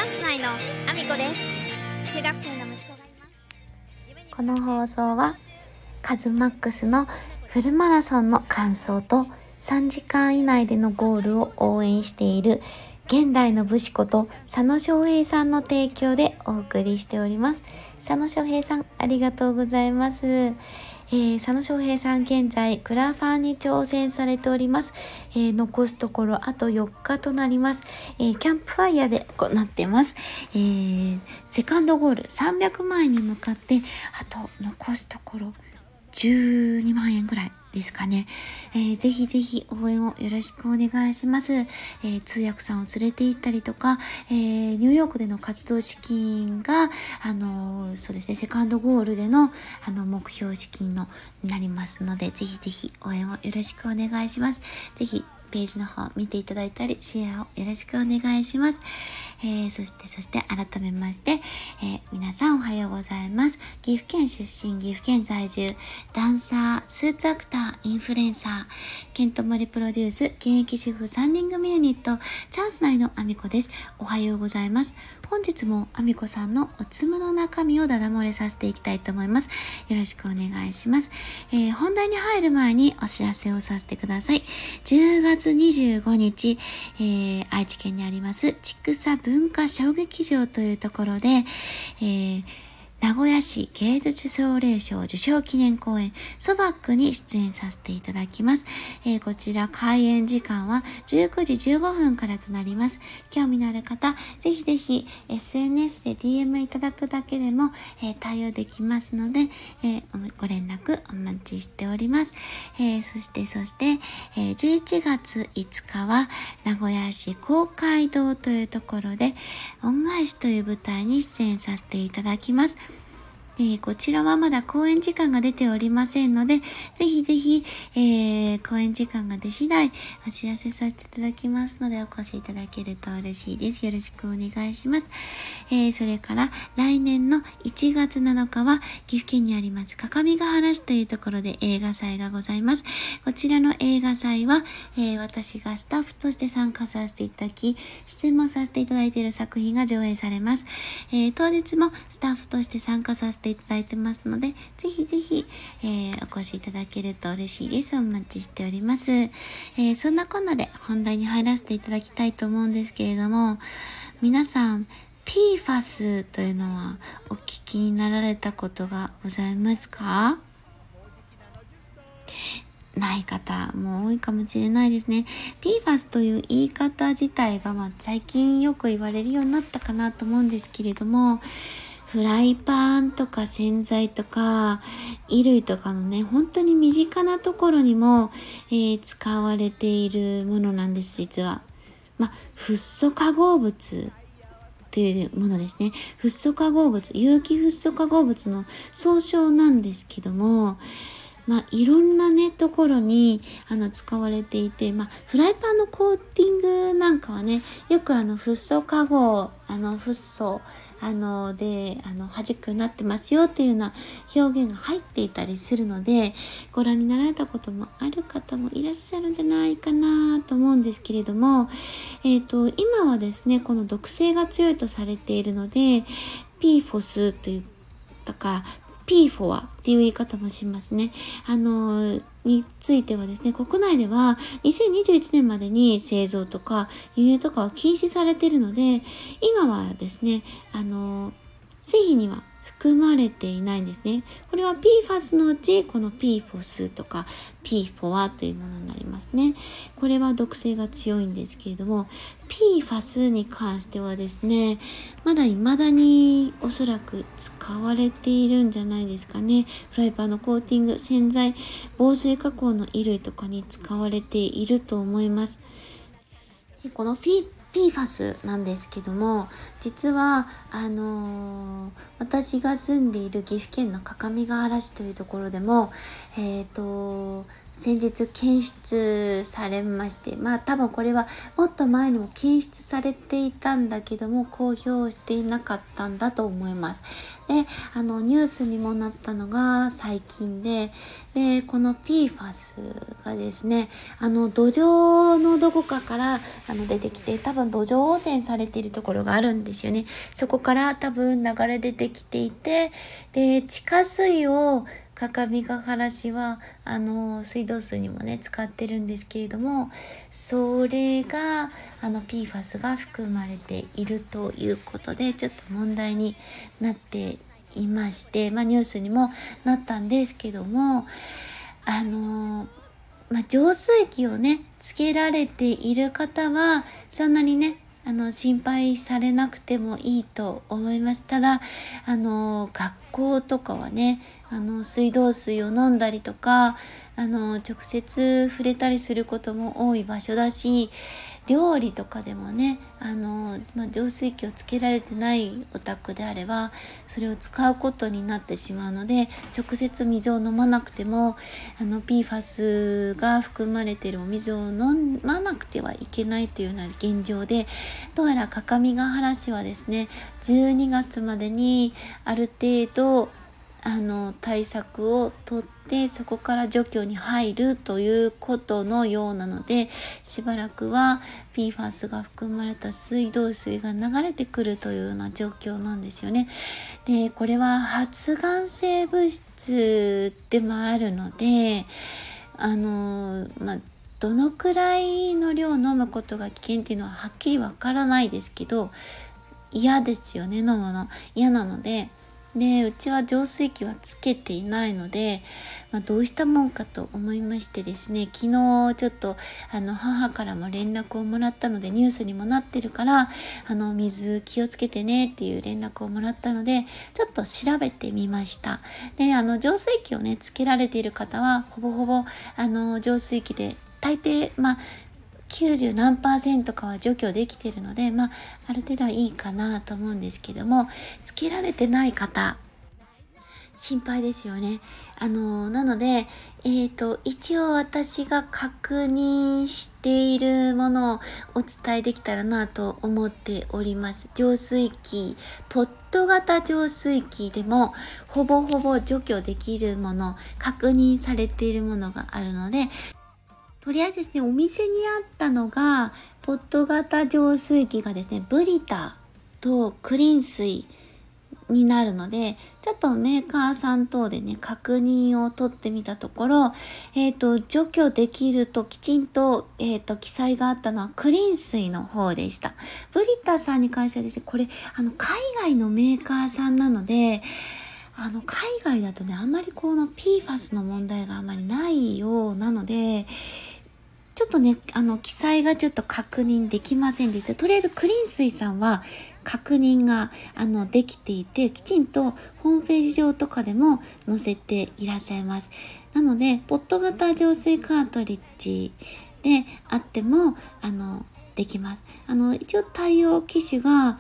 ャンス内のアミコです。中学生の息子がいます。 この放送はカズマックスのフルマラソンの完走と3時間以内でのゴールを応援している現代の武士こと佐野翔平さんの提供でお送りしております。佐野翔平さん、ありがとうございます。佐野翔平さん、現在クラファンに挑戦されております。残すところあと4日となります。キャンプファイヤーで行ってます。セカンドゴール300万円に向かってあと残すところ12万円ぐらいですかね。ぜひぜひ応援をよろしくお願いします。通訳さんを連れて行ったりとか、ニューヨークでの活動資金が、そうですね、セカンドゴールでの、目標資金のなりますので、ぜひぜひ応援をよろしくお願いします。ぜひページの方見ていただいたりシェアをよろしくお願いします。そして改めまして、皆さんおはようございます。岐阜県出身、岐阜県在住、ダンサー、スーツアクター、インフルエンサー、ケントモリプロデュース、現役主婦3人組ユニット、チャンス内のアミコです。おはようございます。本日もアミコさんのおつむの中身をダダ漏れさせていきたいと思います。よろしくお願いします。本題に入る前にお知らせをさせてください。10月25日、愛知県にあります千種文化小劇場というところで、名古屋市芸術奨励賞受賞記念公演ソバックに出演させていただきます。こちら開演時間は19時15分からとなります。興味のある方、ぜひぜひ SNS で DM いただくだけでも、対応できますので、ご連絡お待ちしております。そして、11月5日は名古屋市公会堂というところで恩返しという舞台に出演させていただきます。こちらはまだ公演時間が出ておりませんので、ぜひぜひ、公演時間が出次第お知らせさせていただきますので、お越しいただけると嬉しいです。よろしくお願いします。それから来年の1月7日は岐阜県にあります各務原市というところで映画祭がございます。こちらの映画祭は、私がスタッフとして参加させていただき、出演もさせていただいている作品が上映されます。当日もスタッフとして参加させていただいてますので、ぜひぜひ、お越しいただけると嬉しいです。お待ちしております。そんなこんなで本題に入らせていただきたいと思うんですけれども、皆さん PFAS というのはお聞きになられたことがございますか？ない方も多いかもしれないですね。PFAS という言い方自体が、最近よく言われるようになったかなと思うんですけれども、フライパンとか洗剤とか衣類とかのね、本当に身近なところにも、使われているものなんです。実はフッ素化合物というものですね。フッ素化合物、有機フッ素化合物の総称なんですけども、いろんなねところに使われていて、フライパンのコーティングなんかはね、よくフッ素化合フッ素で弾くようになってますよというような表現が入っていたりするので、ご覧になられたこともある方もいらっしゃるんじゃないかなと思うんですけれども、今はですね、この毒性が強いとされているので PFOS というとかPFOA っていう言い方もしますね。についてはですね、国内では2021年までに製造とか輸入とかは禁止されているので、今はですね、製品には含まれていないんですね。これは PFAS のうちこの PFOS とか PFOA というものになりますね。これは毒性が強いんですけれども、PFAS に関してはですね、未だにおそらく使われているんじゃないですかね。フライパンのコーティング、洗剤、防水加工の衣類とかに使われていると思います。でこのPFAS なんですけども、実は私が住んでいる岐阜県の各務原市というところでも、 先日検出されまして、多分これはもっと前にも検出されていたんだけども公表していなかったんだと思います。で、ニュースにもなったのが最近で、この PFAS がですね、土壌のどこかから出てきて、多分土壌汚染されているところがあるんですよね。そこから多分流れ出てきていて、で、地下水を各務原市は水道水にもね使ってるんですけれども、それがPFAS が含まれているということでちょっと問題になっていまして、ニュースにもなったんですけども、浄水器をねつけられている方はそんなにね心配されなくてもいいと思います。ただ学校とかはね水道水を飲んだりとか直接触れたりすることも多い場所だし、料理とかでもね浄水器をつけられてないお宅であればそれを使うことになってしまうので、直接水を飲まなくてもPFAS が含まれているお水を飲まなくてはいけないというような現状で、どうやら各務原市はですね12月までにある程度対策をとってそこから除去に入るということのようなので、しばらくは PFAS が含まれた水道水が流れてくるというような状況なんですよね。で、これは発がん性物質でもあるのでどのくらいの量を飲むことが危険っていうのははっきりわからないですけど、嫌ですよね。飲むの嫌なので、うちは浄水器はつけていないので、どうしたもんかと思いましてですね、昨日ちょっと母からも連絡をもらったので、ニュースにもなってるから水気をつけてねっていう連絡をもらったのでちょっと調べてみました。で、浄水器をねつけられている方はほぼほぼ浄水器で大抵90何%かは除去できているので、ある程度はいいかなと思うんですけども、つけられてない方心配ですよね。なので、一応私が確認しているものをお伝えできたらなと思っております。浄水器、ポット型浄水器でもほぼほぼ除去できるもの、確認されているものがあるので、とりあえずですね、お店にあったのがポット型浄水器がですね、ブリタとクリーン水になるので、ちょっとメーカーさん等でね確認を取ってみたところ、除去できるときちんと記載があったのはクリーン水の方でした。ブリタさんに関してはですね、これ海外のメーカーさんなので、海外だとねあんまりこの PFAS の問題があんまりないようなので、ちょっとね記載がちょっと確認できませんでした。とりあえずクリーン水さんは確認ができていて、きちんとホームページ上とかでも載せていらっしゃいます。なのでポット型浄水カートリッジであってもできます。一応対応機種が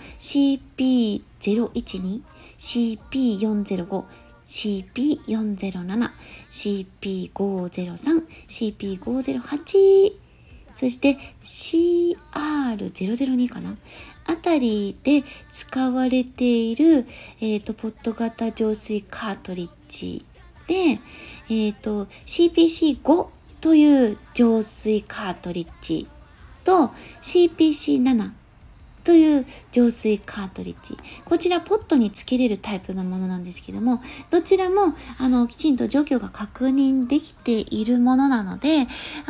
CP012、CP405、CP407、CP503、CP508、そして CR002 かなあたりで使われている、ポット型浄水カートリッジで、CPC5 という浄水カートリッジと CPC7 という浄水カートリッジ、こちらポットにつけれるタイプのものなんですけども、どちらもきちんと除去が確認できているものなので、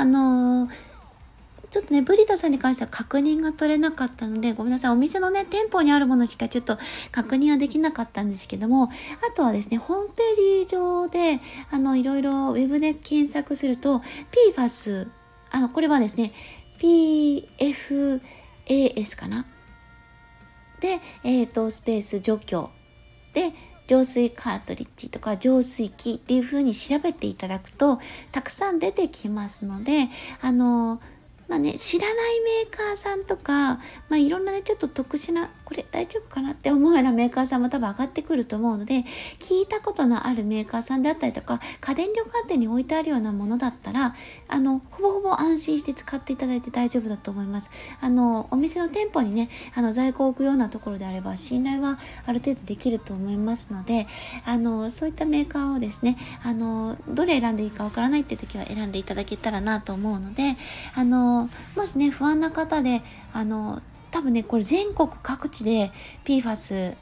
ちょっとねブリタさんに関しては確認が取れなかったのでごめんなさい。お店のね店舗にあるものしかちょっと確認はできなかったんですけども、あとはですねホームページ上でいろいろウェブで検索すると PFAS これはですね PFAS かなで、スペース除去で浄水カートリッジとか浄水器っていう風に調べていただくとたくさん出てきますので、 知らないメーカーさんとか、いろんなね、ちょっと特殊な、これ大丈夫かなって思うようなメーカーさんも多分上がってくると思うので、聞いたことのあるメーカーさんであったりとか、家電量販店に置いてあるようなものだったら、ほぼほぼ安心して使っていただいて大丈夫だと思います。お店の店舗にね、在庫を置くようなところであれば、信頼はある程度できると思いますので、そういったメーカーをですね、どれ選んでいいかわからないっていう時は選んでいただけたらなと思うので、もしね、不安な方で、多分ね、これ全国各地で PFAS、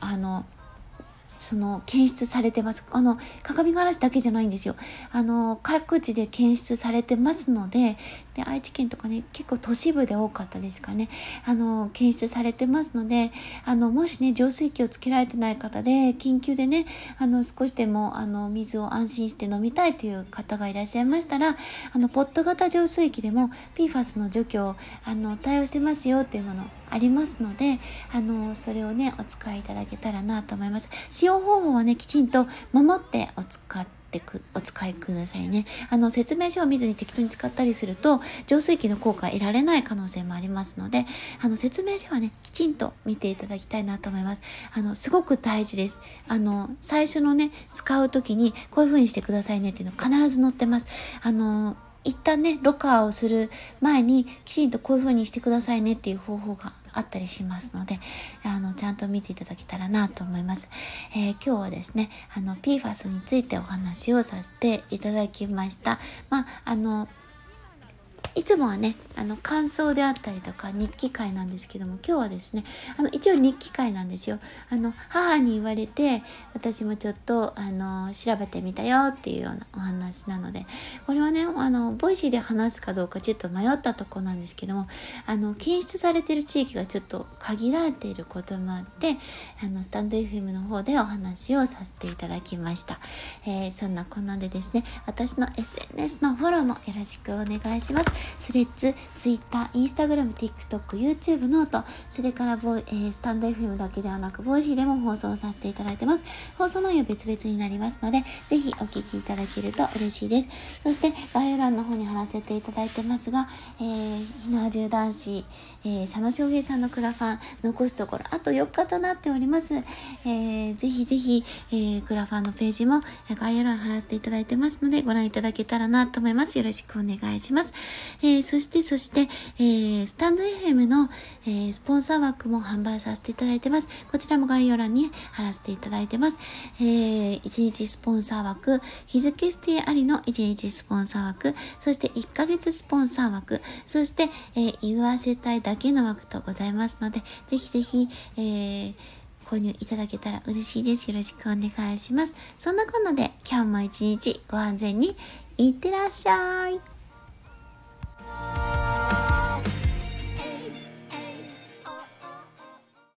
検出されてます。鏡ヶ原市だけじゃないんですよ。各地で検出されてますので、愛知県とかね、結構都市部で多かったですかね。検出されてますので、もしね、浄水器をつけられてない方で、緊急でね、少しでも、水を安心して飲みたいという方がいらっしゃいましたら、ポット型浄水器でも PFAS の除去を、対応してますよっていうものありますので、それをね、お使いいただけたらなと思います。使用方法はね、きちんと守ってお使いくださいね。説明書を見ずに適当に使ったりすると、浄水器の効果が得られない可能性もありますので、説明書はね、きちんと見ていただきたいなと思います。すごく大事です。最初のね、使う時に、こういう風にしてくださいねっていうの必ず載ってます。一旦ね、ロカーをする前に、きちんとこういう風にしてくださいねっていう方法があったりしますので、ちゃんと見ていただけたらなと思います。今日はですね、PFAS についてお話をさせていただきました。いつもはね、感想であったりとか日記会なんですけども、今日はですね、一応日記会なんですよ。母に言われて、私もちょっと、調べてみたよっていうようなお話なので、これはね、ボイシーで話すかどうかちょっと迷ったところなんですけども、検出されている地域がちょっと限られていることもあって、スタンド FM の方でお話をさせていただきました。そんなこんなでですね、私の SNS のフォローもよろしくお願いします。スレッズ、ツイッター、インスタグラム、TikTok、YouTube、ノート、それからスタンド FM だけではなく、ボイシーでも放送させていただいてます。放送内容別々になりますので、ぜひお聞きいただけると嬉しいです。そして、概要欄の方に貼らせていただいてますが、ひなわじゅう男子、佐野翔平さんのクラファン、残すところ、あと4日となっております。ぜひぜひ、クラファンのページも概要欄貼らせていただいてますので、ご覧いただけたらなと思います。よろしくお願いします。そして、スタンド FM の、スポンサー枠も販売させていただいてます。こちらも概要欄に貼らせていただいてます。1日スポンサー枠、日付指定ありの1日スポンサー枠、そして1ヶ月スポンサー枠、そして、言わせたいだけの枠とございますので、ぜひぜひ、購入いただけたら嬉しいです。よろしくお願いします。そんなこんなで今日も一日ご安全にいってらっしゃい。